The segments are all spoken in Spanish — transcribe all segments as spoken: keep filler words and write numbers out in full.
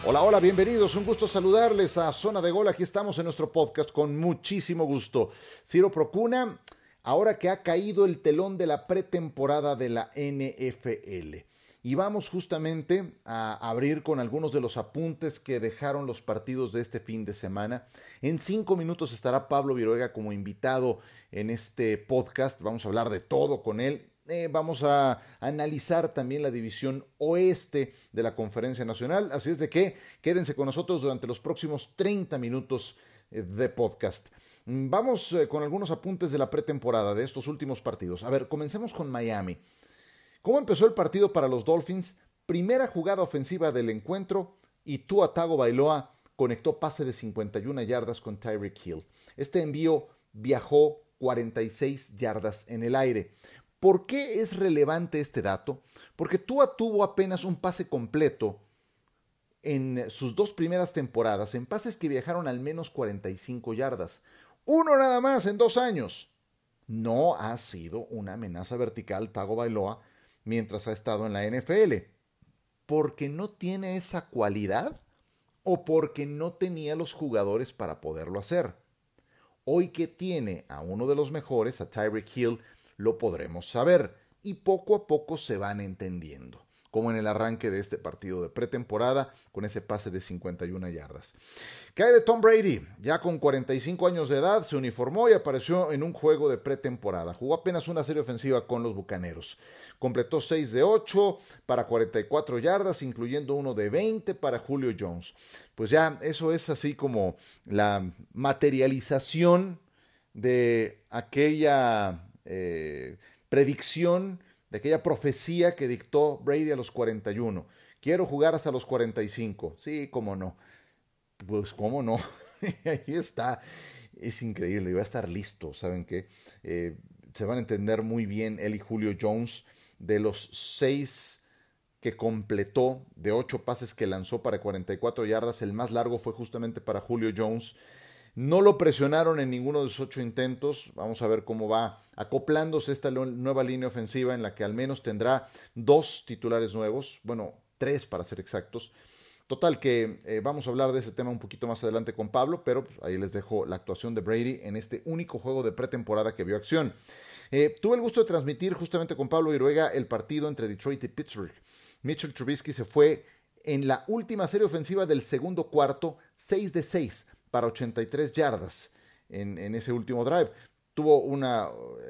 Hola, hola, bienvenidos, un gusto saludarles a Zona de Gol. Aquí estamos en nuestro podcast con muchísimo gusto. Ciro Procuna, ahora que ha caído el telón de la pretemporada de la N F L. Y vamos justamente a abrir con algunos de los apuntes que dejaron los partidos de este fin de semana. En cinco minutos estará Pablo Viruega como invitado en este podcast. Vamos a hablar de todo con él. Eh, vamos a analizar también la división oeste de la Conferencia Nacional, así es de que quédense con nosotros durante los próximos treinta minutos eh, de podcast. Vamos eh, con algunos apuntes de la pretemporada de estos últimos partidos. A ver, comencemos con Miami. ¿Cómo empezó el partido para los Dolphins? Primera jugada ofensiva del encuentro y Tua Tagovailoa conectó pase de cincuenta y una yardas con Tyreek Hill. Este envío viajó cuarenta y seis yardas en el aire. ¿Por qué es relevante este dato? Porque Tua tuvo apenas un pase completo en sus dos primeras temporadas, en pases que viajaron al menos cuarenta y cinco yardas. Uno nada más en dos años. No ha sido una amenaza vertical Tagovailoa mientras ha estado en la N F L. ¿Porque no tiene esa cualidad o porque no tenía los jugadores para poderlo hacer? Hoy que tiene a uno de los mejores, a Tyreek Hill, lo podremos saber y poco a poco se van entendiendo, como en el arranque de este partido de pretemporada con ese pase de cincuenta y una yardas. Cae de Tom Brady, ya con cuarenta y cinco años de edad, se uniformó y apareció en un juego de pretemporada. Jugó apenas una serie ofensiva con los Bucaneros. Completó seis de ocho para cuarenta y cuatro yardas, incluyendo uno de veinte para Julio Jones. Pues ya eso es así como la materialización de aquella Eh, predicción, de aquella profecía que dictó Brady a los cuarenta y uno. Quiero jugar hasta los cuarenta y cinco. Sí, cómo no. Pues cómo no. Ahí está. Es increíble. Y va a estar listo. ¿Saben qué? Eh, se van a entender muy bien él y Julio Jones. De los seis que completó, de ocho pases que lanzó para cuarenta y cuatro yardas, el más largo fue justamente para Julio Jones. No lo presionaron en ninguno de sus ocho intentos. Vamos a ver cómo va acoplándose esta nueva línea ofensiva en la que al menos tendrá dos titulares nuevos. Bueno, tres para ser exactos. Total que eh, vamos a hablar de ese tema un poquito más adelante con Pablo, pero pues, ahí les dejo la actuación de Brady en este único juego de pretemporada que vio acción. Eh, tuve el gusto de transmitir justamente con Pablo Viruega el partido entre Detroit y Pittsburgh. Mitchell Trubisky se fue en la última serie ofensiva del segundo cuarto, seis de seis. Para ochenta y tres yardas en, en ese último drive. Tuvo una,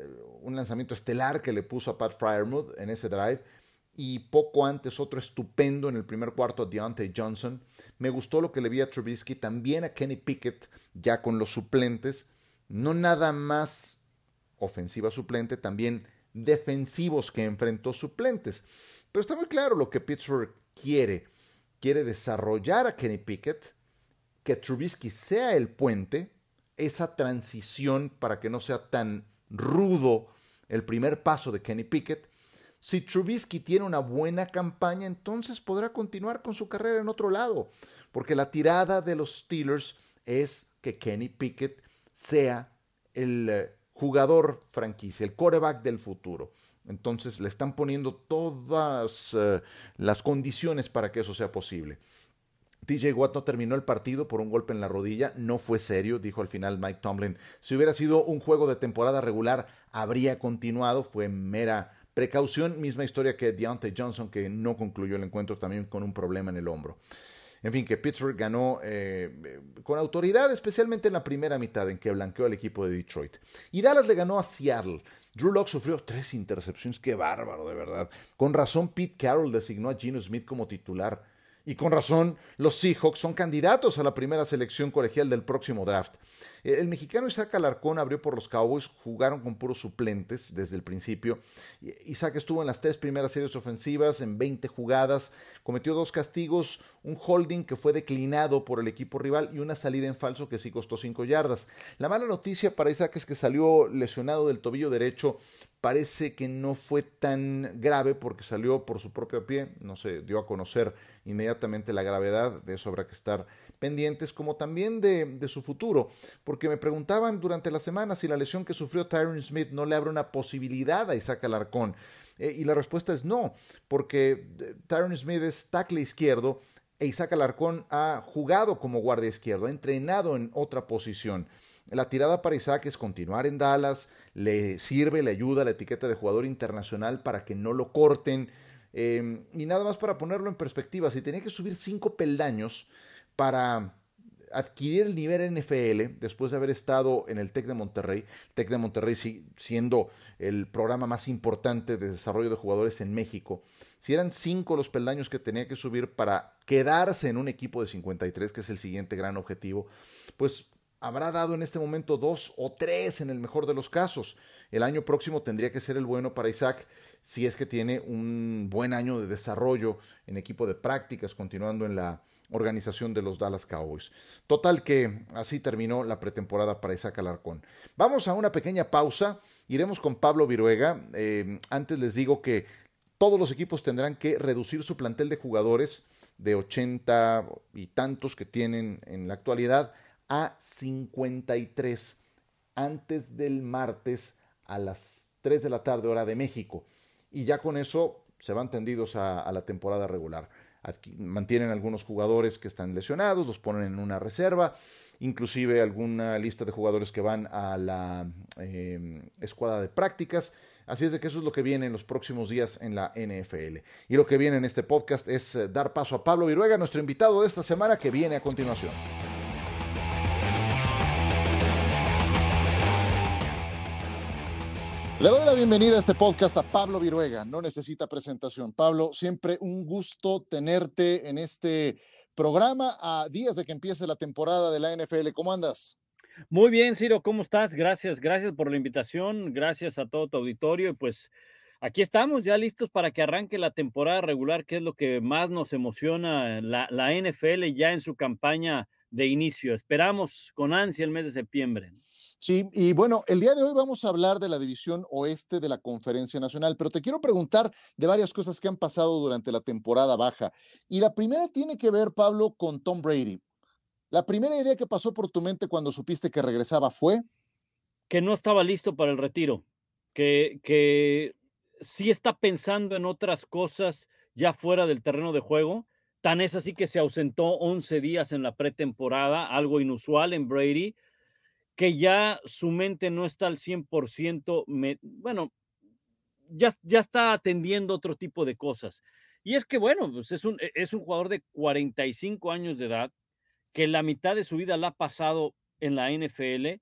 un lanzamiento estelar que le puso a Pat Freiermuth en ese drive y poco antes otro estupendo en el primer cuarto a Deontay Johnson. Me gustó lo que le vi a Trubisky, también a Kenny Pickett ya con los suplentes. No nada más ofensiva suplente, también defensivos que enfrentó suplentes. Pero está muy claro lo que Pittsburgh quiere. Quiere desarrollar a Kenny Pickett, que Trubisky sea el puente, esa transición para que no sea tan rudo el primer paso de Kenny Pickett. Si Trubisky tiene una buena campaña, entonces podrá continuar con su carrera en otro lado, porque la tirada de los Steelers es que Kenny Pickett sea el jugador franquicia, el quarterback del futuro. Entonces le están poniendo todas uh, las condiciones para que eso sea posible. T J Watt no terminó el partido por un golpe en la rodilla, no fue serio, dijo al final Mike Tomlin. Si hubiera sido un juego de temporada regular, habría continuado, fue mera precaución. Misma historia que Deontay Johnson, que no concluyó el encuentro también con un problema en el hombro. En fin, que Pittsburgh ganó eh, con autoridad, especialmente en la primera mitad en que blanqueó al equipo de Detroit. Y Dallas le ganó a Seattle. Drew Lock sufrió tres intercepciones, qué bárbaro de verdad. Con razón Pete Carroll designó a Geno Smith como titular. Y con razón, los Seahawks son candidatos a la primera selección colegial del próximo draft. El mexicano Isaac Alarcón abrió por los Cowboys, jugaron con puros suplentes desde el principio. Isaac estuvo en las tres primeras series ofensivas, en veinte jugadas, cometió dos castigos, un holding que fue declinado por el equipo rival y una salida en falso que sí costó cinco yardas. La mala noticia para Isaac es que salió lesionado del tobillo derecho. Parece que no fue tan grave porque salió por su propio pie, no se dio a conocer inmediatamente la gravedad, de eso habrá que estar pendientes, como también de, de su futuro, porque me preguntaban durante la semana si la lesión que sufrió Tyron Smith no le abre una posibilidad a Isaac Alarcón, eh, y la respuesta es no, porque Tyron Smith es tackle izquierdo, e Isaac Alarcón ha jugado como guardia izquierdo, ha entrenado en otra posición. La tirada para Isaac es continuar en Dallas, le sirve, le ayuda la etiqueta de jugador internacional para que no lo corten, eh, y nada más para ponerlo en perspectiva, si tenía que subir cinco peldaños para adquirir el nivel N F L después de haber estado en el TEC de Monterrey, TEC de Monterrey siendo el programa más importante de desarrollo de jugadores en México, si eran cinco los peldaños que tenía que subir para quedarse en un equipo de cincuenta y tres, que es el siguiente gran objetivo, pues habrá dado en este momento dos o tres en el mejor de los casos. El año próximo tendría que ser el bueno para Isaac si es que tiene un buen año de desarrollo en equipo de prácticas, continuando en la organización de los Dallas Cowboys. Total que así terminó la pretemporada para Isaac Alarcón. Vamos a una pequeña pausa, iremos con Pablo Viruega. Eh, antes les digo que todos los equipos tendrán que reducir su plantel de jugadores de ochenta y tantos que tienen en la actualidad a cincuenta y tres antes del martes a las tres de la tarde hora de México, y ya con eso se van tendidos a, a la temporada regular. Aquí mantienen algunos jugadores que están lesionados, los ponen en una reserva, inclusive alguna lista de jugadores que van a la eh, escuadra de prácticas. Así es de que eso es lo que viene en los próximos días en la N F L. Y lo que viene en este podcast es eh, dar paso a Pablo Viruega, nuestro invitado de esta semana, que viene a continuación. Le doy la bienvenida a este podcast a Pablo Viruega, no necesita presentación. Pablo, siempre un gusto tenerte en este programa a días de que empiece la temporada de la N F L. ¿Cómo andas? Muy bien, Ciro, ¿cómo estás? Gracias, gracias por la invitación, gracias a todo tu auditorio y pues aquí estamos ya listos para que arranque la temporada regular, que es lo que más nos emociona, la, la N F L ya en su campaña de inicio. Esperamos con ansia el mes de septiembre. Sí, y bueno, el día de hoy vamos a hablar de la división oeste de la Conferencia Nacional, pero te quiero preguntar de varias cosas que han pasado durante la temporada baja. Y la primera tiene que ver, Pablo, con Tom Brady. La primera idea que pasó por tu mente cuando supiste que regresaba fue que no estaba listo para el retiro, que, que sí está pensando en otras cosas ya fuera del terreno de juego. Tan es así que se ausentó once días en la pretemporada, algo inusual en Brady, que ya su mente no está al cien por ciento, me, bueno, ya, ya está atendiendo otro tipo de cosas. Y es que, bueno, pues es un, es un jugador de cuarenta y cinco años de edad, que la mitad de su vida la ha pasado en la N F L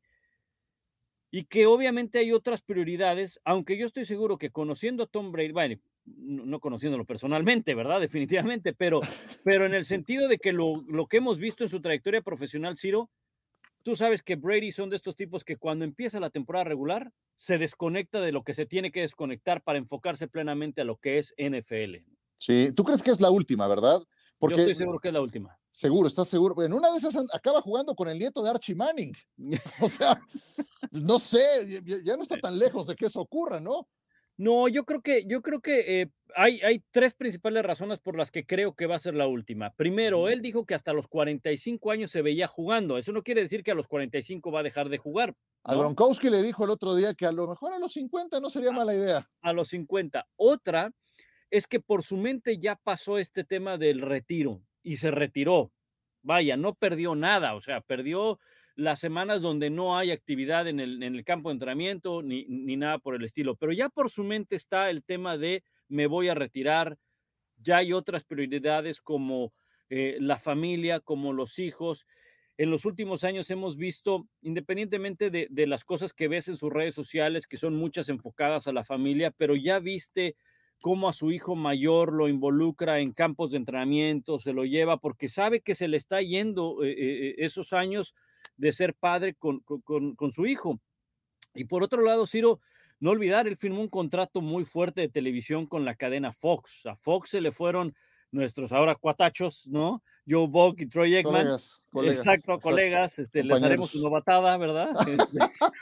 y que obviamente hay otras prioridades, aunque yo estoy seguro que conociendo a Tom Brady, bueno, no, no conociéndolo personalmente, ¿verdad? Definitivamente, pero, pero en el sentido de que lo, lo que hemos visto en su trayectoria profesional, Ciro, tú sabes que Brady son de estos tipos que cuando empieza la temporada regular se desconecta de lo que se tiene que desconectar para enfocarse plenamente a lo que es N F L. Sí, ¿tú crees que es la última, verdad? Yo Porque estoy seguro que es la última. seguro, estás seguro. En una de esas acaba jugando con el nieto de Archie Manning. O sea, no sé, ya, ya no está tan lejos de que eso ocurra, ¿no? No, yo creo que, yo creo que eh, hay, hay tres principales razones por las que creo que va a ser la última. Primero, él dijo que hasta los cuarenta y cinco años se veía jugando. Eso no quiere decir que a los cuarenta y cinco va a dejar de jugar, A ¿no? Gronkowski le dijo el otro día que a lo mejor a los cincuenta no sería mala idea. A los cincuenta. Otra es que por su mente ya pasó este tema del retiro y se retiró. Vaya, no perdió nada, o sea, perdió las semanas donde no hay actividad en el, en el campo de entrenamiento ni, ni nada por el estilo, pero ya por su mente está el tema de me voy a retirar, ya hay otras prioridades como eh, la familia, como los hijos. En los últimos años hemos visto, independientemente de, de las cosas que ves en sus redes sociales, que son muchas enfocadas a la familia, pero ya viste cómo a su hijo mayor lo involucra en campos de entrenamiento, se lo lleva porque sabe que se le está yendo eh, eh, esos años de ser padre con, con, con su hijo. Y por otro lado, Ciro, no olvidar, él firmó un contrato muy fuerte de televisión con la cadena Fox. A Fox se le fueron nuestros ahora cuatachos, ¿no? Joe Buck y Troy Aikman. Colegas, colegas, Exacto, exacto. colegas, este, les haremos su Compañeros. novatada, ¿verdad? Este,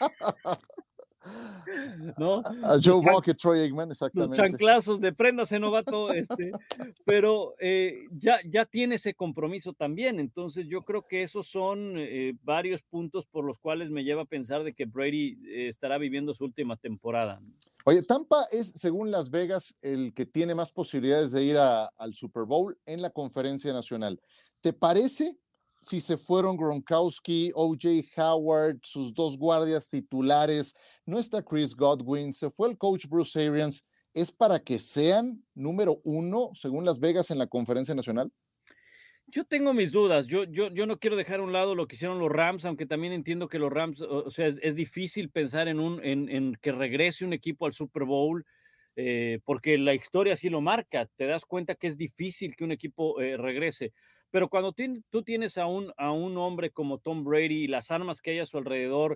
¿no? A Sus, Joe chan- Buck y Troy Aikman, sus exactamente. chanclazos de préndase, novato, este, pero eh, ya, ya tiene ese compromiso también. Entonces, yo creo que esos son eh, varios puntos por los cuales me lleva a pensar de que Brady eh, estará viviendo su última temporada. Oye, Tampa es, según Las Vegas, el que tiene más posibilidades de ir a, al Super Bowl en la conferencia nacional. ¿Te parece si se fueron Gronkowski, O J Howard, sus dos guardias titulares, no está Chris Godwin, se fue el coach Bruce Arians, es para que sean número uno, según Las Vegas, en la conferencia nacional? Yo tengo mis dudas. Yo yo yo no quiero dejar a un lado lo que hicieron los Rams, aunque también entiendo que los Rams, o o sea, es es difícil pensar en un en en que regrese un equipo al Super Bowl, eh, porque la historia así lo marca. Te das cuenta que es difícil que un equipo, eh, regrese. Pero cuando tien tú tienes a un a un hombre como Tom Brady y las armas que hay a su alrededor,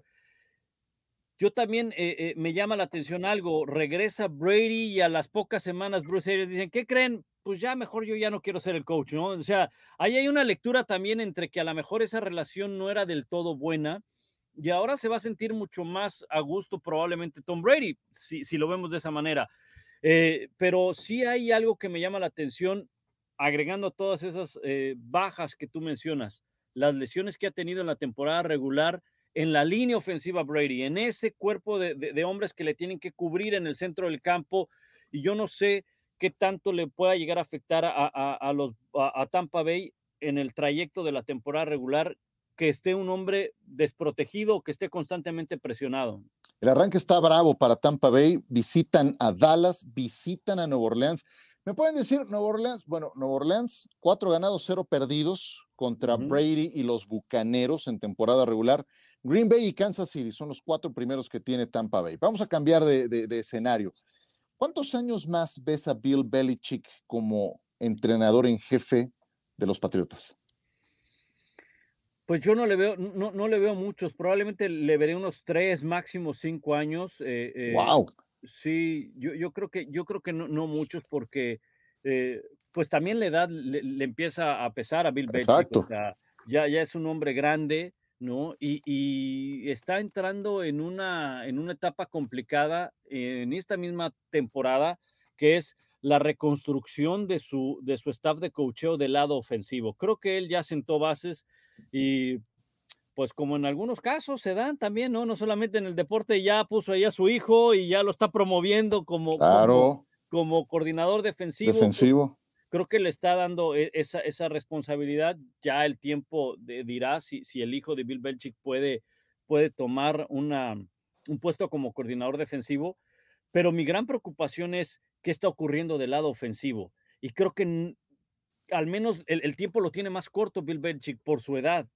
yo también, eh eh, me llama la atención algo, regresa Brady y a las pocas semanas Bruce Arians dicen: "¿Qué creen? Pues ya mejor yo ya no quiero ser el coach", ¿no? O sea, ahí hay una lectura también entre que a la mejor esa relación no era del todo buena, y ahora se va a sentir mucho más a gusto probablemente Tom Brady, si si lo vemos de esa manera. Eh, pero sí hay algo que me llama la atención, agregando todas esas, eh, bajas que tú mencionas, las lesiones que ha tenido en la temporada regular, en la línea ofensiva Brady, en ese cuerpo de, de, de hombres que le tienen que cubrir en el centro del campo, y yo no sé qué tanto le pueda llegar a afectar a, a, a los, a, a Tampa Bay en el trayecto de la temporada regular, que esté un hombre desprotegido, que esté constantemente presionado. El arranque está bravo para Tampa Bay, visitan a Dallas, visitan a Nueva Orleans. ¿Me pueden decir Nueva Orleans? Bueno, Nueva Orleans, cuatro ganados, cero perdidos contra Ujú. Brady y los Bucaneros en temporada regular. Green Bay y Kansas City son los cuatro primeros que tiene Tampa Bay. Vamos a cambiar de, de, de escenario. ¿Cuántos años más ves a Bill Belichick como entrenador en jefe de los Patriotas? Pues yo no le veo, no, no le veo muchos, probablemente le veré unos tres, máximo cinco años. Eh, eh, ¡Wow! sí, yo, yo creo que, yo creo que no, no muchos, porque eh, pues también la edad le, le empieza a pesar a Bill Belichick, o Exacto. sea, ya, ya es un hombre grande, ¿no? Y, y está entrando en una, en una etapa complicada en esta misma temporada, que es la reconstrucción de su, de su staff de coacheo del lado ofensivo. Creo que él ya sentó bases y pues como en algunos casos se dan también, ¿no? No solamente en el deporte, ya puso ahí a su hijo y ya lo está promoviendo como, como, Claro. como coordinador defensivo. Creo, Defensivo. creo que le está dando e- esa, esa responsabilidad. Ya el tiempo de- dirá si, si el hijo de Bill Belichick puede, puede tomar una, un puesto como coordinador defensivo. Pero mi gran preocupación es qué está ocurriendo del lado ofensivo. Y creo que n- al menos el, el tiempo lo tiene más corto Bill Belichick por su edad.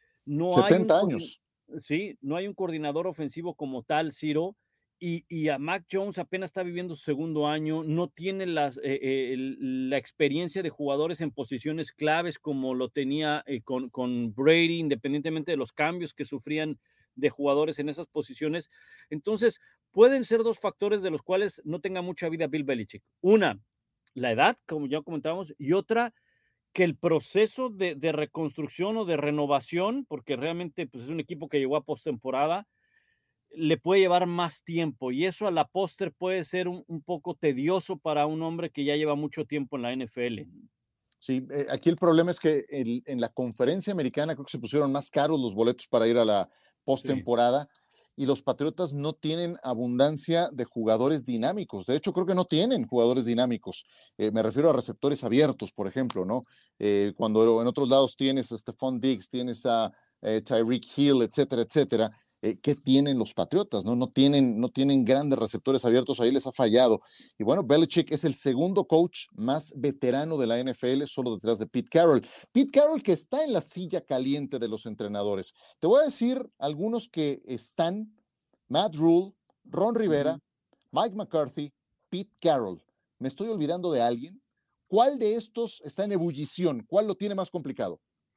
No hay un setenta coordin años. Sí, no hay un coordinador ofensivo como tal, Ciro, y y a Mac Jones apenas está viviendo su segundo año, no tiene las, eh eh, el la experiencia de jugadores en posiciones claves como lo tenía, eh, con con Brady, independientemente de los cambios que sufrían de jugadores en esas posiciones. Entonces, pueden ser dos factores de los cuales no tenga mucha vida Bill Belichick. Una, la edad, como ya comentábamos, y otra, que el proceso de, de reconstrucción o de renovación, porque realmente pues, es un equipo que llegó a postemporada, le puede llevar más tiempo y eso a la póster puede ser un, un poco tedioso para un hombre que ya lleva mucho tiempo en la N F L. Sí, eh, aquí el problema es que el, en la conferencia americana creo que se pusieron más caros los boletos para ir a la Sí. postemporada y los Patriotas no tienen abundancia de jugadores dinámicos. De hecho, creo que no tienen jugadores dinámicos. Eh, me refiero a receptores abiertos, por ejemplo, ¿no? Eh, cuando en otros lados tienes a Stephon Diggs, tienes a eh, Tyreek Hill, etcétera, etcétera. Eh, ¿Qué tienen los Patriotas? ¿no? No, tienen, no tienen grandes receptores abiertos, ahí les ha fallado. Y bueno, Belichick es el segundo coach más veterano de la N F L, solo detrás de Pete Carroll. Pete Carroll que está en la silla caliente de los entrenadores. Te voy a decir algunos que están: Matt Rule, Ron Rivera, Ujú. Mike McCarthy, Pete Carroll. ¿Me estoy olvidando de alguien? ¿Cuál de estos está en ebullición? ¿Cuál lo tiene más complicado?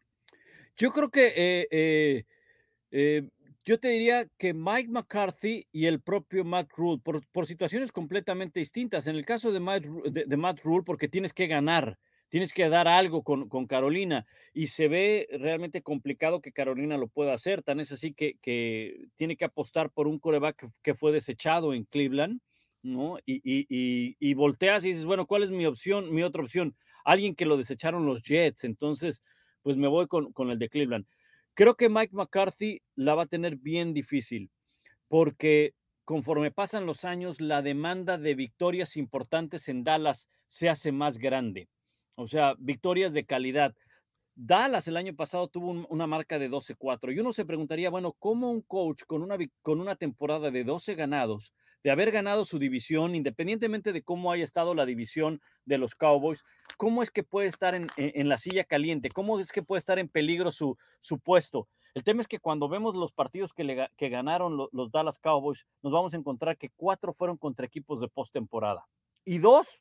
Yo creo que eh, eh, eh, yo te diría que Mike McCarthy y el propio Matt Rule, por, por situaciones completamente distintas. En el caso de Matt, Ru- de, de Matt Rule, porque tienes que ganar, tienes que dar algo con, con Carolina, y se ve realmente complicado que Carolina lo pueda hacer. Tan es así que, que tiene que apostar por un coreback que, que fue desechado en Cleveland, ¿no? Y, y, y, y volteas y dices, bueno, ¿cuál es mi opción, mi otra opción? Alguien que lo desecharon los Jets, entonces, pues me voy con, con el de Cleveland. Creo que Mike McCarthy la va a tener bien difícil, porque conforme pasan los años, la demanda de victorias importantes en Dallas se hace más grande. O sea, victorias de calidad. Dallas el año pasado tuvo un- una marca de doce cuatro y uno se preguntaría, bueno, ¿cómo un coach con una, vic- con una temporada de doce ganados, de haber ganado su división, independientemente de cómo haya estado la división de los Cowboys, cómo es que puede estar en, en- en la silla caliente? ¿Cómo es que puede estar en peligro su, su puesto? El tema es que cuando vemos los partidos que, le ga- que ganaron lo- los Dallas Cowboys, nos vamos a encontrar que cuatro fueron contra equipos de postemporada y dos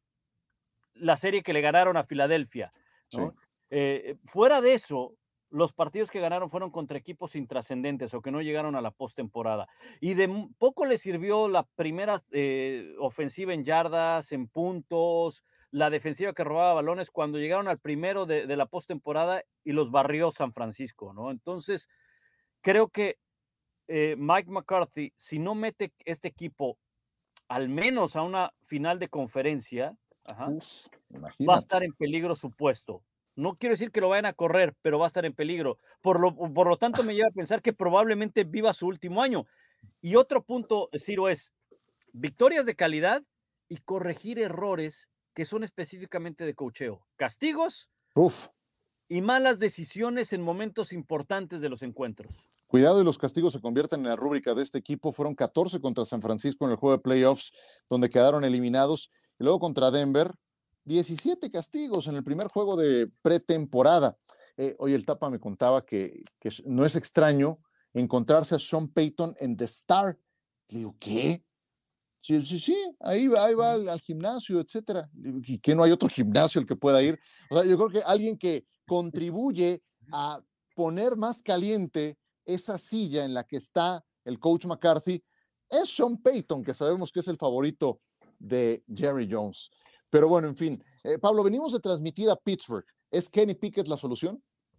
la serie que le ganaron a Filadelfia, Sí. ¿no? Eh, fuera de eso, los partidos que ganaron fueron contra equipos intrascendentes o que no llegaron a la postemporada. Y de m- poco le sirvió la primera eh, ofensiva en yardas, en puntos, la defensiva que robaba balones cuando llegaron al primero de, de la postemporada y los barrió San Francisco, ¿no? Entonces, creo que eh, Mike McCarthy, si no mete este equipo al menos a una final de conferencia, ajá, Uf, va a estar imagínate. en peligro su puesto. No quiero decir que lo vayan a correr, pero va a estar en peligro. Por lo, por lo tanto, me lleva a pensar que probablemente viva su último año. Y otro punto, Ciro, es victorias de calidad y corregir errores que son específicamente de cocheo. Castigos Uf, y malas decisiones en momentos importantes de los encuentros. cuidado y los castigos se convierten en la rúbrica de este equipo. Fueron catorce contra San Francisco en el juego de playoffs, donde quedaron eliminados. Y luego contra Denver, diecisiete castigos en el primer juego de pretemporada. Eh, hoy el Tapa me contaba que, que no es extraño encontrarse a Sean Payton en The Star. Le digo, ¿qué? Sí, sí, sí, ahí va, ahí va al, al gimnasio, etcétera. Y que no hay otro gimnasio al que pueda ir. O sea, yo creo que alguien que contribuye a poner más caliente esa silla en la que está el coach McCarthy es Sean Payton, que sabemos que es el favorito de Jerry Jones. Pero bueno, en fin, eh, Pablo, venimos de transmitir a Pittsburgh. ¿Es Kenny Pickett la solución?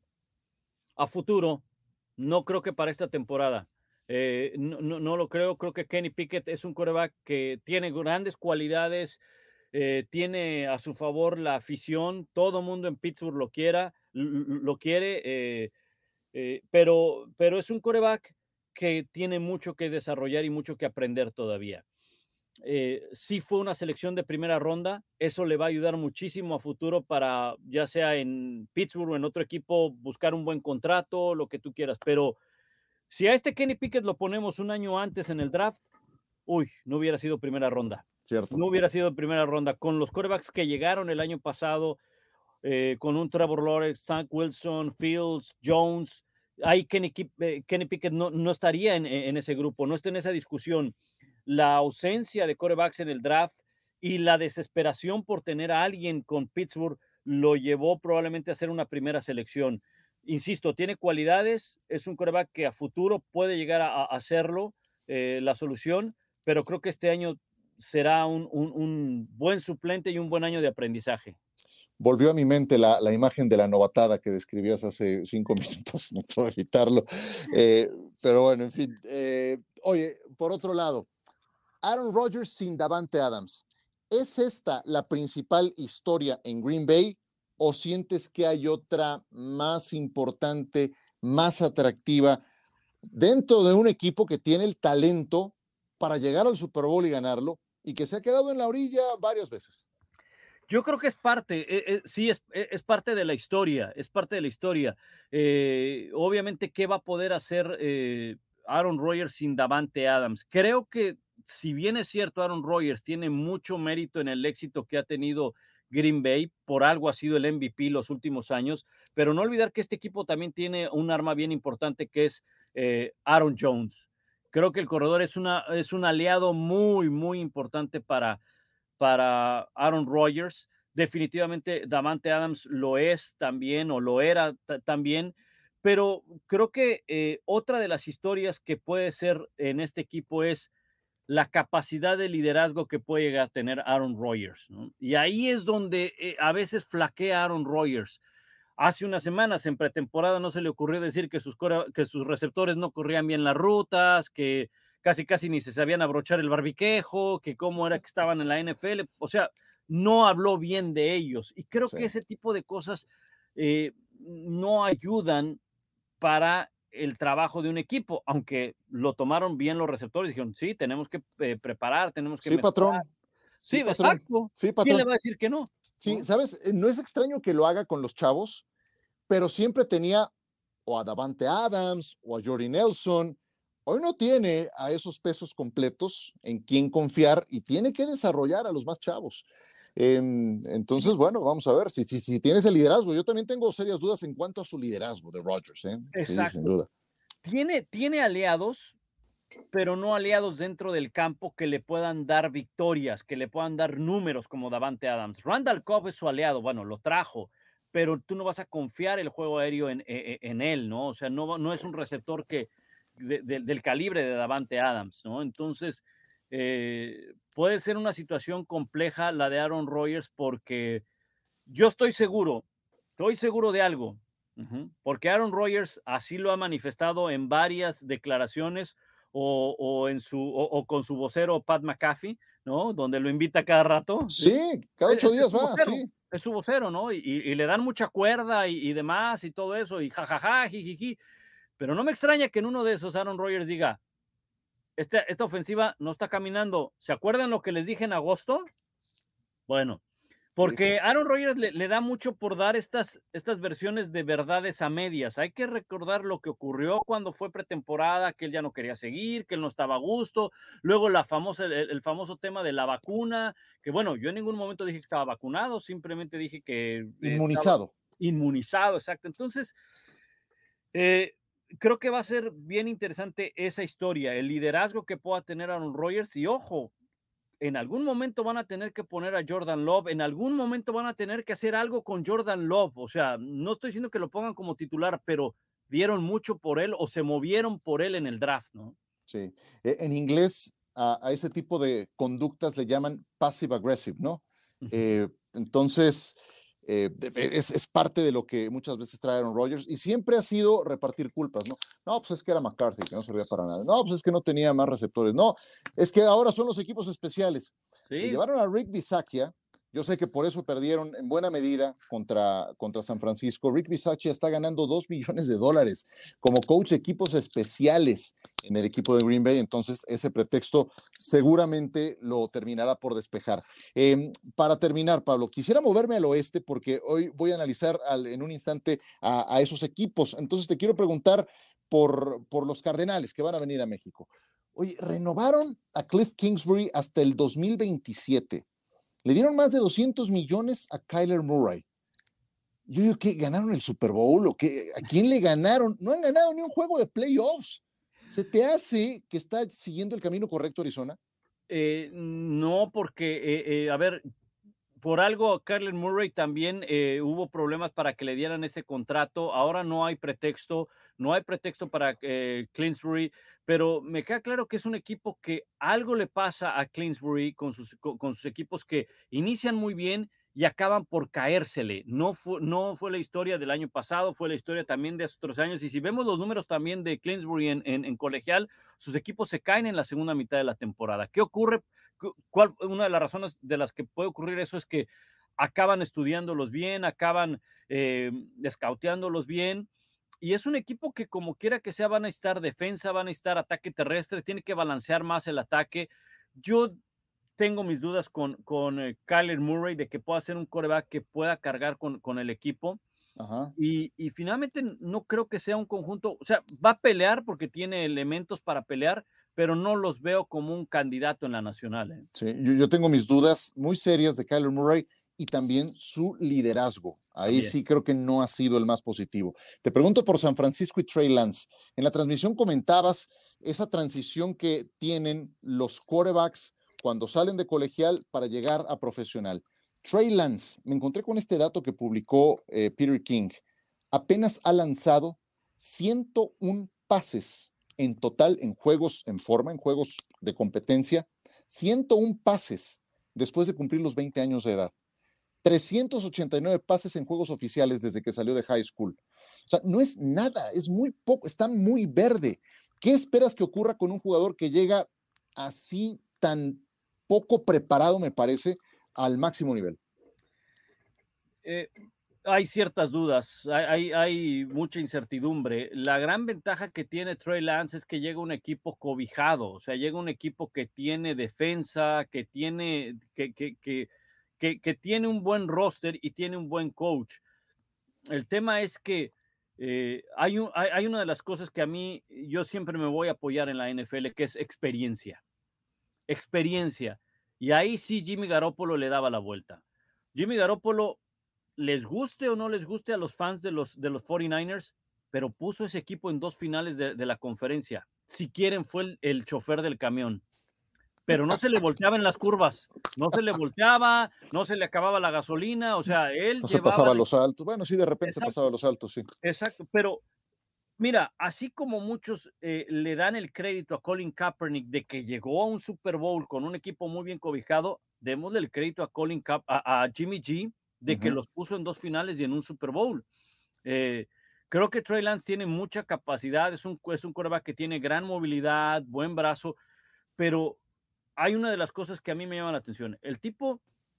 A futuro, no creo que para esta temporada. Eh, no, no, no lo creo. Creo que Kenny Pickett es un quarterback que tiene grandes cualidades, eh, tiene a su favor la afición, todo mundo en Pittsburgh lo quiera, lo quiere, eh, eh, pero, pero es un quarterback que tiene mucho que desarrollar y mucho que aprender todavía. Eh, sí fue una selección de primera ronda, eso le va a ayudar muchísimo a futuro para, ya sea en Pittsburgh o en otro equipo, buscar un buen contrato, lo que tú quieras, pero si a este Kenny Pickett lo ponemos un año antes en el draft, uy, no hubiera sido primera ronda, Cierto. no hubiera sido primera ronda, con los quarterbacks que llegaron el año pasado, eh, con un Trevor Lawrence, Zach Wilson, Fields, Jones, ahí Kenny, eh, Kenny Pickett no, no estaría en, en, ese grupo, no está en esa discusión. La ausencia de quarterbacks en el draft y la desesperación por tener a alguien con Pittsburgh lo llevó probablemente a hacer una primera selección. Insisto, tiene cualidades, es un quarterback que a futuro puede llegar a, a hacerlo, eh, la solución, pero creo que este año será un, un, un buen suplente y un buen año de aprendizaje. Volvió a mi mente la, la, imagen de la novatada que describías hace cinco minutos, no puedo evitarlo. Eh, pero bueno, en fin. Eh, oye, por otro lado, Aaron Rodgers sin Davante Adams. ¿Es esta la principal historia en Green Bay o sientes que hay otra más importante, más atractiva dentro de un equipo que tiene el talento para llegar al Super Bowl y ganarlo y que se ha quedado en la orilla varias veces? Yo creo que es parte, eh, eh, sí, es, eh, es, parte de la historia, es parte de la historia. Eh, obviamente, ¿qué va a poder hacer eh, Aaron Rodgers sin Davante Adams? Creo que, si bien es cierto, Aaron Rodgers tiene mucho mérito en el éxito que ha tenido Green Bay, por algo ha sido el M V P los últimos años, pero no olvidar que este equipo también tiene un arma bien importante que es eh, Aaron Jones. Creo que el corredor es, una, es un aliado muy, muy importante para para Aaron Rodgers. Definitivamente Davante Adams lo es también o lo era también, pero creo que eh, otra de las historias que puede ser en este equipo es la capacidad de liderazgo que puede llegar a tener Aaron Rodgers, ¿no? Y ahí es donde eh, a veces flaquea Aaron Rodgers. Hace unas semanas en pretemporada no se le ocurrió decir que sus, que sus receptores no corrían bien las rutas, que casi casi ni se sabían abrochar el barbiquejo, que cómo era que estaban en la N F L, o sea, no habló bien de ellos. Y creo Sí. que ese tipo de cosas eh, no ayudan para el trabajo de un equipo, aunque lo tomaron bien los receptores, dijeron, sí, tenemos que eh, preparar, tenemos que Sí, mejorar. patrón. Sí, Sí, patrón. exacto. Sí, ¿Quién le patrón. va a decir que no? Sí, ¿No? sabes, Eh, no es extraño que lo haga con los chavos, pero siempre tenía o a Davante Adams o a Jordy Nelson. Hoy no tiene a esos pesos completos en quien confiar y tiene que desarrollar a los más chavos. Eh, entonces, Sí, bueno, vamos a ver si, si, si tiene ese liderazgo. Yo también tengo serias dudas en cuanto a su liderazgo de Rodgers. ¿eh? Sí, sin exacto. duda. Tiene, tiene aliados, pero no aliados dentro del campo que le puedan dar victorias, que le puedan dar números como Davante Adams. Randall Cobb es su aliado, bueno, lo trajo, pero tú no vas a confiar el juego aéreo en, en, en él, ¿no? O sea, no, no es un receptor que de, de, del calibre de Davante Adams, ¿no? Entonces, eh, puede ser una situación compleja la de Aaron Rodgers porque yo estoy seguro, estoy seguro de algo, uh-huh, porque Aaron Rodgers así lo ha manifestado en varias declaraciones o, o en su, o, o, con su vocero Pat McAfee, ¿no? Donde lo invita cada rato, ¿sí? Sí, cada Es, ocho es días su va, vocero, sí. es su vocero, ¿no? Y, y le dan mucha cuerda y, y demás y todo eso, y jajaja, jijiji. Pero no me extraña que en uno de esos Aaron Rodgers diga, esta, esta ofensiva no está caminando. ¿Se acuerdan lo que les dije en agosto? Bueno, porque Aaron Rodgers le, le, da mucho por dar estas, estas versiones de verdades a medias. Hay que recordar lo que ocurrió cuando fue pretemporada, que él ya no quería seguir, que él no estaba a gusto. Luego la famosa, el, el famoso tema de la vacuna, que bueno, yo en ningún momento dije que estaba vacunado, simplemente dije que eh, estaba Inmunizado. inmunizado, exacto. Entonces, eh, creo que va a ser bien interesante esa historia, el liderazgo que pueda tener Aaron Rodgers y ojo, en algún momento van a tener que poner a Jordan Love, en algún momento van a tener que hacer algo con Jordan Love, o sea, no estoy diciendo que lo pongan como titular, pero dieron mucho por él o se movieron por él en el draft, ¿no? Sí, e, en inglés a, a ese tipo de conductas le llaman passive aggressive, ¿no? Uh -huh. Eh, entonces, eh, es, es, parte de lo que muchas veces trae Aaron Rodgers y siempre ha sido repartir culpas, ¿no? No, pues es que era McCarthy, que no servía para nada. No, pues es que no tenía más receptores. No, es que ahora son los equipos especiales. Le Sí. llevaron a Rick Bisaccia. Yo sé que por eso perdieron en buena medida contra, contra San Francisco. Rick Bisaccia está ganando dos millones de dólares como coach de equipos especiales en el equipo de Green Bay, entonces ese pretexto seguramente lo terminará por despejar. Eh, para terminar, Pablo, quisiera moverme al oeste porque hoy voy a analizar al, en un instante a, a, esos equipos, entonces te quiero preguntar por, por los Cardenales que van a venir a México. Oye, renovaron a Cliff Kingsbury hasta el dos mil veintisiete. Le dieron más de doscientos millones a Kyler Murray. Yo digo que ganaron el Super Bowl o que a quién le ganaron. No han ganado ni un juego de playoffs. ¿Se te hace que está siguiendo el camino correcto Arizona? Eh, no, porque, eh, eh, a ver, por algo Kyler Murray también eh, hubo problemas para que le dieran ese contrato. Ahora no hay pretexto, no hay pretexto para eh, Clinsbury, pero me queda claro que es un equipo que algo le pasa a Clinsbury con sus, con, con sus equipos que inician muy bien y acaban por caérsele. No fue, no fue la historia del año pasado, fue la historia también de otros años. Y si vemos los números también de Clinsbury en, en, en colegial, sus equipos se caen en la segunda mitad de la temporada. ¿Qué ocurre? ¿Cuál, una de las razones de las que puede ocurrir eso es que acaban estudiándolos bien, acaban eh, escauteándolos bien, y es un equipo que como quiera que sea van a estar defensa, van a estar ataque terrestre, tiene que balancear más el ataque. Yo tengo mis dudas con, con eh, Kyler Murray de que pueda ser un quarterback que pueda cargar con, con el equipo. Ajá. Y, y finalmente no creo que sea un conjunto, o sea, va a pelear porque tiene elementos para pelear, pero no los veo como un candidato en la nacional. ¿eh? Sí, yo, yo tengo mis dudas muy serias de Kyler Murray y también su liderazgo. Ahí También. sí creo que no ha sido el más positivo. Te pregunto por San Francisco y Trey Lance. En la transmisión comentabas esa transición que tienen los quarterbacks cuando salen de colegial para llegar a profesional. Trey Lance, me encontré con este dato que publicó eh, Peter King. Apenas ha lanzado ciento uno pases en total en juegos en forma, en juegos de competencia, ciento uno pases después de cumplir los veinte años de edad, trescientos ochenta y nueve pases en juegos oficiales desde que salió de high school. O sea, no es nada, es muy poco, está muy verde. ¿Qué esperas que ocurra con un jugador que llega así tan poco preparado, me parece, al máximo nivel? Eh, Hay ciertas dudas, hay, hay, hay mucha incertidumbre. La gran ventaja que tiene Trey Lance es que llega un equipo cobijado, o sea, llega un equipo que tiene defensa, que tiene, que, que, que, que, que tiene un buen roster y tiene un buen coach. El tema es que eh, hay, un, hay, hay una de las cosas que a mí, yo siempre me voy a apoyar en la N F L, que es experiencia. Experiencia. Y ahí sí Jimmy Garoppolo le daba la vuelta. Jimmy Garoppolo, les guste o no les guste a los fans de los, de los cuarenta y nueve ers, pero puso ese equipo en dos finales de, de la conferencia. Si quieren, fue el, el chofer del camión. Pero no se le volteaba en las curvas, no se le volteaba, no se le acababa la gasolina, o sea, él No se llevaba... pasaba los altos. Bueno, sí, de repente se pasaba Exacto, los altos, sí. exacto, pero mira, así como muchos eh, le dan el crédito a Colin Kaepernick de que llegó a un Super Bowl con un equipo muy bien cobijado, démosle el crédito a, Colin Ka a, a Jimmy G de que Uh-huh. los puso en dos finales y en un Super Bowl. Eh, creo que Trey Lance tiene mucha capacidad, es un, es un quarterback que tiene gran movilidad, buen brazo, pero hay una de las cosas que a mí me llama la atención. El tipo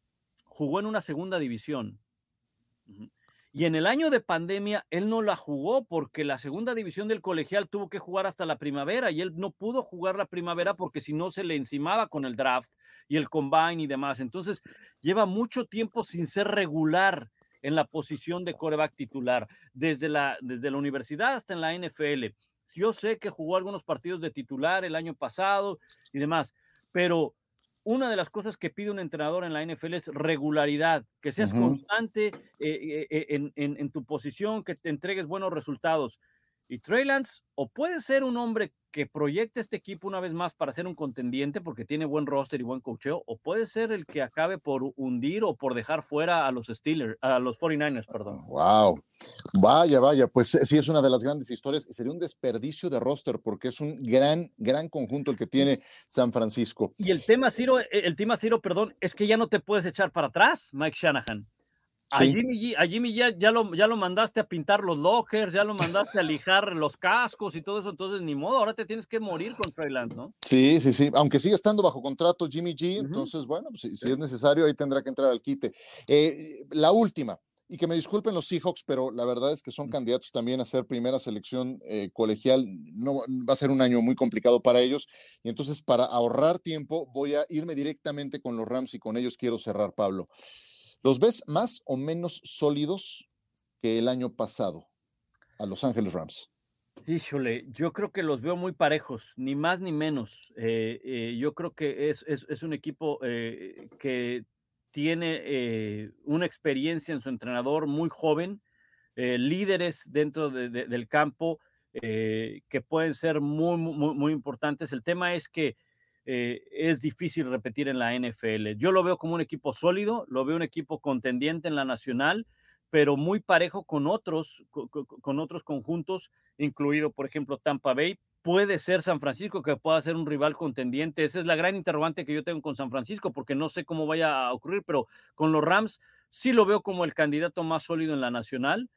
jugó en una segunda división. Uh-huh. Y en el año de pandemia, él no la jugó porque la segunda división del colegial tuvo que jugar hasta la primavera y él no pudo jugar la primavera porque si no se le encimaba con el draft y el combine y demás. Entonces, lleva mucho tiempo sin ser regular en la posición de quarterback titular, desde la, desde la universidad hasta en la N F L. Yo sé que jugó algunos partidos de titular el año pasado y demás, pero una de las cosas que pide un entrenador en la N F L es regularidad, que seas Uh-huh. constante eh, eh, en, en, en tu posición, que te entregues buenos resultados. Y Trey Lance o puede ser un hombre que proyecte este equipo una vez más para ser un contendiente porque tiene buen roster y buen coacheo, o puede ser el que acabe por hundir o por dejar fuera a los Steelers, a los cuarenta y nueve ers, perdón. Wow. Vaya, vaya, pues sí es una de las grandes historias y sería un desperdicio de roster porque es un gran, gran conjunto el que tiene San Francisco. Y el tema, Ciro, el tema, Ciro, perdón, es que ya no te puedes echar para atrás, Mike Shanahan. A Sí. Jimmy, G, a Jimmy ya, ya, lo, ya lo mandaste a pintar los lockers, ya lo mandaste a lijar los cascos y todo eso, entonces ni modo, ahora te tienes que morir con Trey Lance, ¿no? Sí, sí, sí, aunque sigue estando bajo contrato Jimmy G, Uh-huh. entonces, bueno, pues, si, si es necesario, ahí tendrá que entrar al quite. Eh, la última, y que me disculpen los Seahawks, pero la verdad es que son Uh-huh. candidatos también a ser primera selección eh, colegial. No, va a ser un año muy complicado para ellos, y entonces para ahorrar tiempo voy a irme directamente con los Rams y con ellos quiero cerrar, Pablo. ¿Los ves más o menos sólidos que el año pasado a Los Ángeles Rams? Híjole, yo creo que los veo muy parejos, ni más ni menos. Eh, eh, yo creo que es, es, es un equipo eh, que tiene eh, una experiencia en su entrenador muy joven, eh, líderes dentro de, de, del campo eh, que pueden ser muy, muy, muy importantes. El tema es que eh, es difícil repetir en la N F L. Yo lo veo como un equipo sólido, lo veo un equipo contendiente en la nacional, pero muy parejo con otros, con, con otros conjuntos, incluido, por ejemplo, Tampa Bay. Puede ser San Francisco que pueda ser un rival contendiente. Esa es la gran interrogante que yo tengo con San Francisco, porque no sé cómo vaya a ocurrir, pero con los Rams sí lo veo como el candidato más sólido en la nacional,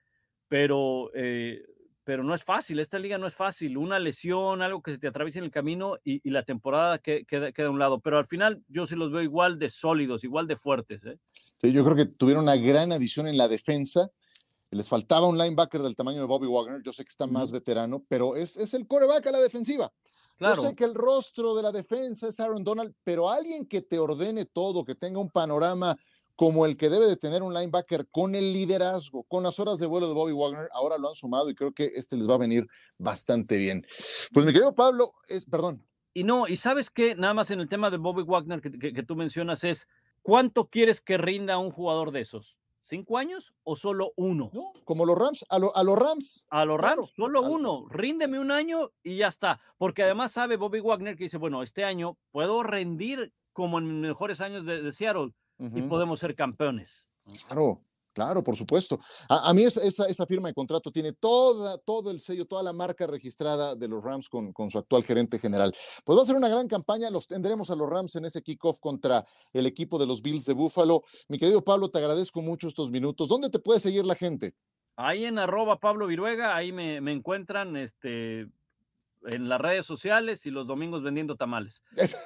pero, eh, pero no es fácil. Esta liga no es fácil. Una lesión, algo que se te atraviesa en el camino y, y la temporada que, queda, queda a un lado. Pero al final yo sí los veo igual de sólidos, igual de fuertes. ¿eh? Sí, yo creo que tuvieron una gran adición en la defensa. Les faltaba un linebacker del tamaño de Bobby Wagner. Yo sé que está Uh más -huh. veterano, pero es, es el quarterback a la defensiva. Yo Claro. sé que el rostro de la defensa es Aaron Donald, pero alguien que te ordene todo, que tenga un panorama como el que debe de tener un linebacker, con el liderazgo, con las horas de vuelo de Bobby Wagner, ahora lo han sumado y creo que este les va a venir bastante bien. Pues mi querido Pablo, es, perdón. Y no, y sabes qué, nada más en el tema de Bobby Wagner que, que, que tú mencionas es, ¿cuánto quieres que rinda un jugador de esos? ¿Cinco años o solo uno? No, como los Rams, a, lo, a los Rams. A los Claro, Rams, solo a... uno. Ríndeme un año y ya está. Porque además sabe Bobby Wagner que dice, bueno, este año puedo rendir como en mis mejores años de, de Seattle uh-huh. y podemos ser campeones. Claro, claro, por supuesto. A, a mí esa, esa, esa, firma de contrato tiene toda, todo el sello, toda la marca registrada de los Rams con, con su actual gerente general. Pues va a ser una gran campaña, los tendremos a los Rams en ese kickoff contra el equipo de los Bills de Buffalo. Mi querido Pablo, te agradezco mucho estos minutos. ¿Dónde te puede seguir la gente? Ahí en arroba Pablo Viruega, ahí me, me encuentran, este, en las redes sociales y los domingos vendiendo tamales.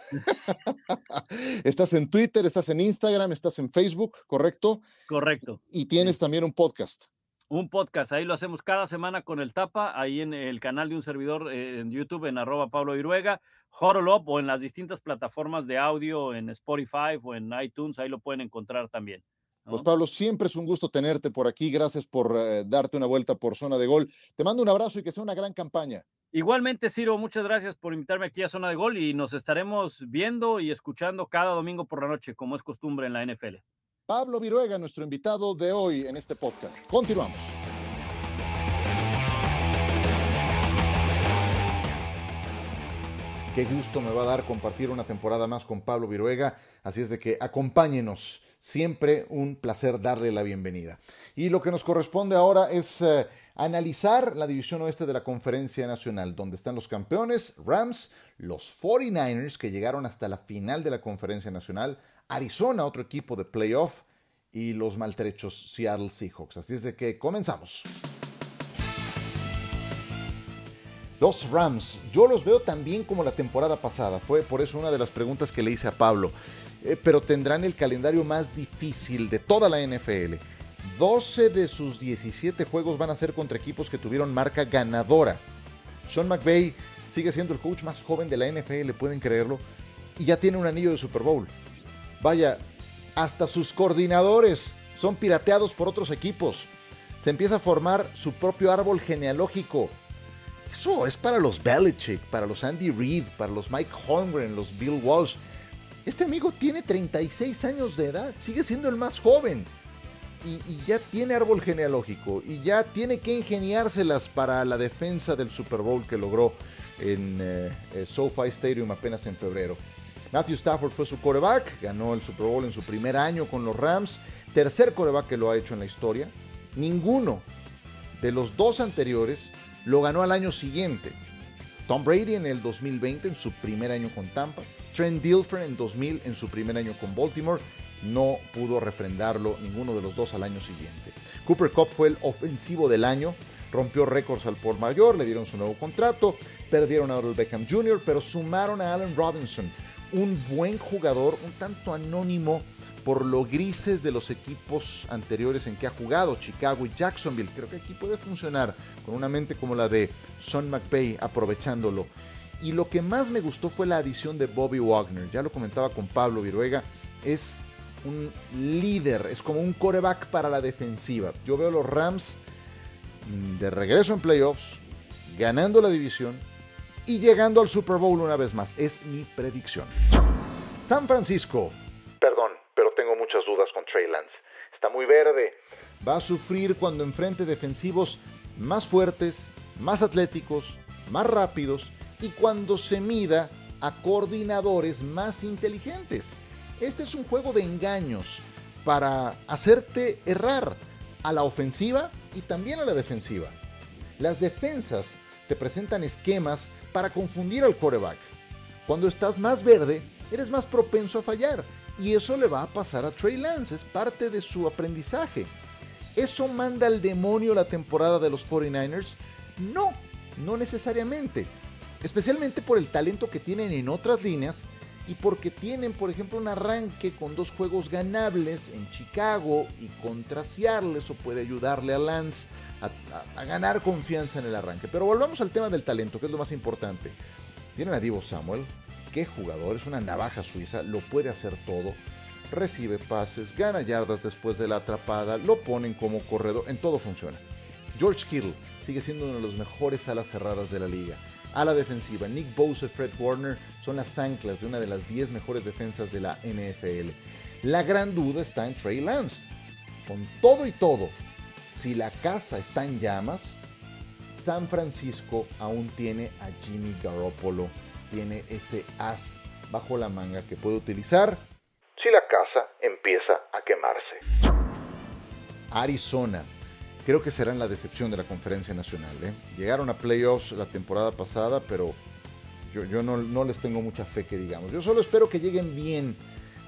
Estás en Twitter, estás en Instagram, estás en Facebook, ¿correcto? Correcto. Y tienes Sí. también un podcast. Un podcast, ahí lo hacemos cada semana con el Tapa, ahí en el canal de un servidor eh, en YouTube, en arroba Pablo Viruega, Huddle Up, o en las distintas plataformas de audio, en Spotify o en iTunes, ahí lo pueden encontrar también, ¿no? Pues Pablo, siempre es un gusto tenerte por aquí, gracias por eh, darte una vuelta por Zona de Gol. Te mando un abrazo y que sea una gran campaña. Igualmente, Ciro, muchas gracias por invitarme aquí a Zona de Gol y nos estaremos viendo y escuchando cada domingo por la noche, como es costumbre en la N F L. Pablo Viruega, nuestro invitado de hoy en este podcast. Continuamos. Qué gusto me va a dar compartir una temporada más con Pablo Viruega, así es de que acompáñenos, siempre un placer darle la bienvenida. Y lo que nos corresponde ahora es eh, analizar la división oeste de la Conferencia Nacional, donde están los campeones Rams, los cuarenta y nueve ers que llegaron hasta la final de la Conferencia Nacional, Arizona, otro equipo de playoff, y los maltrechos Seattle Seahawks. Así es de que comenzamos. Los Rams, yo los veo tan bien como la temporada pasada. Fue por eso una de las preguntas que le hice a Pablo. Eh, pero tendrán el calendario más difícil de toda la N F L. doce de sus diecisiete juegos van a ser contra equipos que tuvieron marca ganadora. Sean McVay sigue siendo el coach más joven de la N F L, pueden creerlo, y ya tiene un anillo de Super Bowl. Vaya, hasta sus coordinadores son pirateados por otros equipos. Se empieza a formar su propio árbol genealógico. Eso es para los Belichick, para los Andy Reid, para los Mike Holmgren, los Bill Walsh. Este amigo tiene treinta y seis años de edad, sigue siendo el más joven. Y, y ya tiene árbol genealógico y ya tiene que ingeniárselas para la defensa del Super Bowl que logró en eh, eh, SoFi Stadium apenas en febrero. Matthew Stafford fue su quarterback, ganó el Super Bowl en su primer año con los Rams, tercer quarterback que lo ha hecho en la historia. Ninguno de los dos anteriores lo ganó al año siguiente. Tom Brady en el dos mil veinte, en su primer año con Tampa. Trent Dilfer en dos mil, en su primer año con Baltimore. No pudo refrendarlo ninguno de los dos al año siguiente. Cooper Kupp fue el ofensivo del año. Rompió récords al por mayor, le dieron su nuevo contrato. Perdieron a Odell Beckham junior, pero sumaron a Allen Robinson. Un buen jugador, un tanto anónimo por lo grises de los equipos anteriores en que ha jugado, Chicago y Jacksonville. Creo que aquí puede funcionar con una mente como la de Sean McVay, aprovechándolo. Y lo que más me gustó fue la adición de Bobby Wagner. Ya lo comentaba con Pablo Viruega, es un líder, es como un quarterback para la defensiva. Yo veo a los Rams de regreso en playoffs, ganando la división y llegando al Super Bowl una vez más. Es mi predicción. San Francisco. Perdón, pero tengo muchas dudas con Trey Lance. Está muy verde. Va a sufrir cuando enfrente defensivos más fuertes, más atléticos, más rápidos y cuando se mida a coordinadores más inteligentes. Este es un juego de engaños para hacerte errar a la ofensiva y también a la defensiva. Las defensas te presentan esquemas para confundir al quarterback. Cuando estás más verde, eres más propenso a fallar. Y eso le va a pasar a Trey Lance, es parte de su aprendizaje. ¿Eso manda al demonio la temporada de los cuarenta y nueve ers? No, no necesariamente. Especialmente por el talento que tienen en otras líneas y porque tienen, por ejemplo, un arranque con dos juegos ganables en Chicago y contra Seattle. Eso puede ayudarle a Lance a, a, a ganar confianza en el arranque. Pero volvamos al tema del talento, que es lo más importante. Tienen a Deebo Samuel. Qué jugador, es una navaja suiza, lo puede hacer todo, recibe pases, gana yardas después de la atrapada, lo ponen como corredor, en todo funciona. George Kittle sigue siendo uno de los mejores alas cerradas de la liga. A la defensiva, Nick Bosa y Fred Warner son las anclas de una de las diez mejores defensas de la N F L. La gran duda está en Trey Lance. Con todo y todo, si la casa está en llamas, San Francisco aún tiene a Jimmy Garoppolo. Tiene ese as bajo la manga que puede utilizar si la casa empieza a quemarse. Arizona. Creo que serán la decepción de la Conferencia Nacional. ¿eh? Llegaron a playoffs la temporada pasada, pero yo, yo no, no les tengo mucha fe que digamos. Yo solo espero que lleguen bien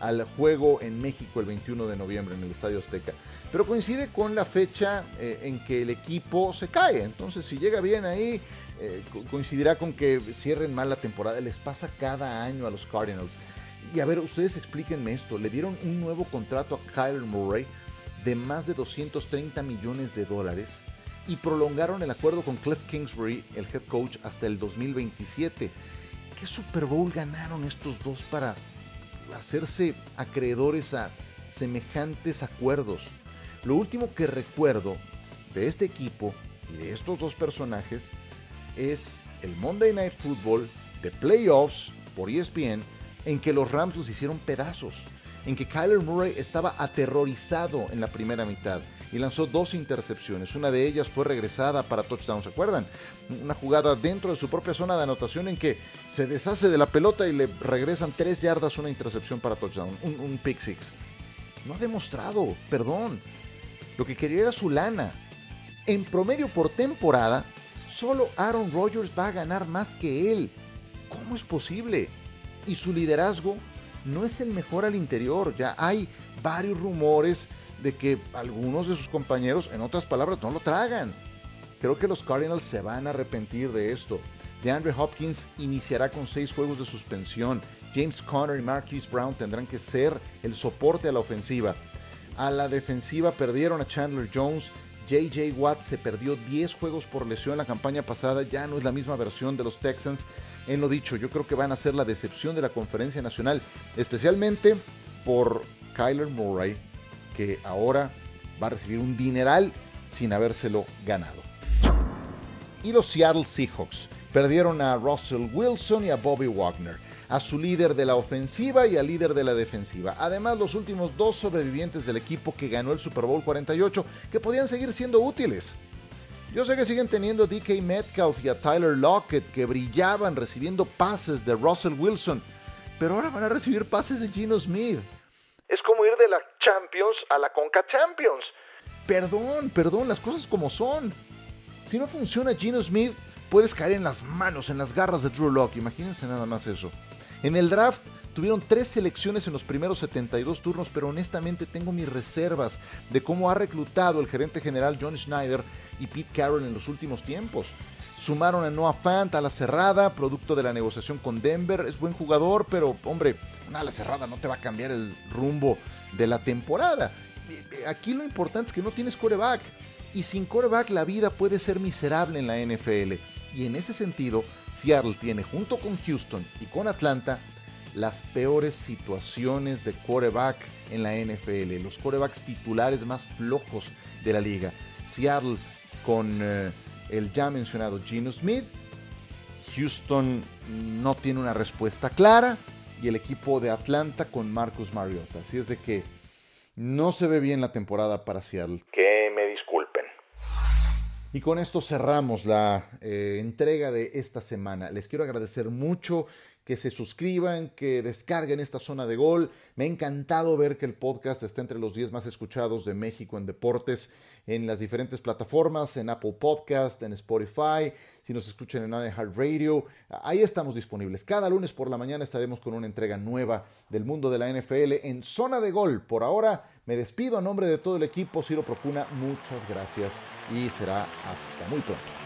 al juego en México el veintiuno de noviembre en el Estadio Azteca. Pero coincide con la fecha eh, en que el equipo se cae. Entonces, si llega bien ahí, eh, coincidirá con que cierren mal la temporada. Les pasa cada año a los Cardinals. Y a ver, ustedes explíquenme esto. Le dieron un nuevo contrato a Kyler Murray de más de doscientos treinta millones de dólares y prolongaron el acuerdo con Cliff Kingsbury, el head coach, hasta el dos mil veintisiete. ¿Qué Super Bowl ganaron estos dos para hacerse acreedores a semejantes acuerdos? Lo último que recuerdo de este equipo y de estos dos personajes es el Monday Night Football de playoffs por E S P N, en que los Rams los hicieron pedazos, en que Kyler Murray estaba aterrorizado en la primera mitad y lanzó dos intercepciones. Una de ellas fue regresada para touchdown, ¿se acuerdan? Una jugada dentro de su propia zona de anotación en que se deshace de la pelota y le regresan tres yardas, una intercepción para touchdown, un, un pick six. No ha demostrado, perdón. Lo que quería era su lana. En promedio por temporada, solo Aaron Rodgers va a ganar más que él. ¿Cómo es posible? Y su liderazgo no es el mejor al interior. Ya hay varios rumores de que algunos de sus compañeros, en otras palabras, no lo tragan. Creo que los Cardinals se van a arrepentir de esto. DeAndre Hopkins iniciará con seis juegos de suspensión. James Conner y Marquise Brown tendrán que ser el soporte a la ofensiva. A la defensiva perdieron a Chandler Jones. J J Watt se perdió diez juegos por lesión la campaña pasada. Ya no es la misma versión de los Texans. En lo dicho, yo creo que van a ser la decepción de la Conferencia Nacional, especialmente por Kyler Murray, que ahora va a recibir un dineral sin habérselo ganado. Y los Seattle Seahawks perdieron a Russell Wilson y a Bobby Wagner, a su líder de la ofensiva y al líder de la defensiva. Además, los últimos dos sobrevivientes del equipo que ganó el Super Bowl cuarenta y ocho, que podían seguir siendo útiles. Yo sé que siguen teniendo a D K Metcalf y a Tyler Lockett, que brillaban recibiendo pases de Russell Wilson, pero ahora van a recibir pases de Geno Smith. Es como ir de la Champions a la Conca Champions. Perdón, perdón, las cosas como son. Si no funciona Geno Smith, puedes caer en las manos, en las garras de Drew Lock. Imagínense nada más eso. En el draft tuvieron tres selecciones en los primeros setenta y dos turnos, pero honestamente tengo mis reservas de cómo ha reclutado el gerente general John Schneider y Pete Carroll en los últimos tiempos. Sumaron a Noah Fant a la cerrada, producto de la negociación con Denver. Es buen jugador, pero hombre, una ala cerrada no te va a cambiar el rumbo de la temporada. Aquí lo importante es que no tienes quarterback. Y sin quarterback la vida puede ser miserable en la N F L. Y en ese sentido, Seattle tiene, junto con Houston y con Atlanta, las peores situaciones de quarterback en la N F L. Los quarterbacks titulares más flojos de la liga. Seattle con eh, el ya mencionado Geno Smith. Houston no tiene una respuesta clara. Y el equipo de Atlanta con Marcus Mariota. Así es de que no se ve bien la temporada para Seattle. Que me disculpen. Y con esto cerramos la eh, entrega de esta semana. Les quiero agradecer mucho que se suscriban, que descarguen esta zona de gol. Me ha encantado ver que el podcast está entre los diez más escuchados de México en deportes en las diferentes plataformas, en Apple Podcast, en Spotify, si nos escuchan en iHeartRadio. Ahí estamos disponibles. Cada lunes por la mañana estaremos con una entrega nueva del mundo de la N F L en Zona de Gol. Por ahora me despido a nombre de todo el equipo. Ciro Procuna, muchas gracias y será hasta muy pronto.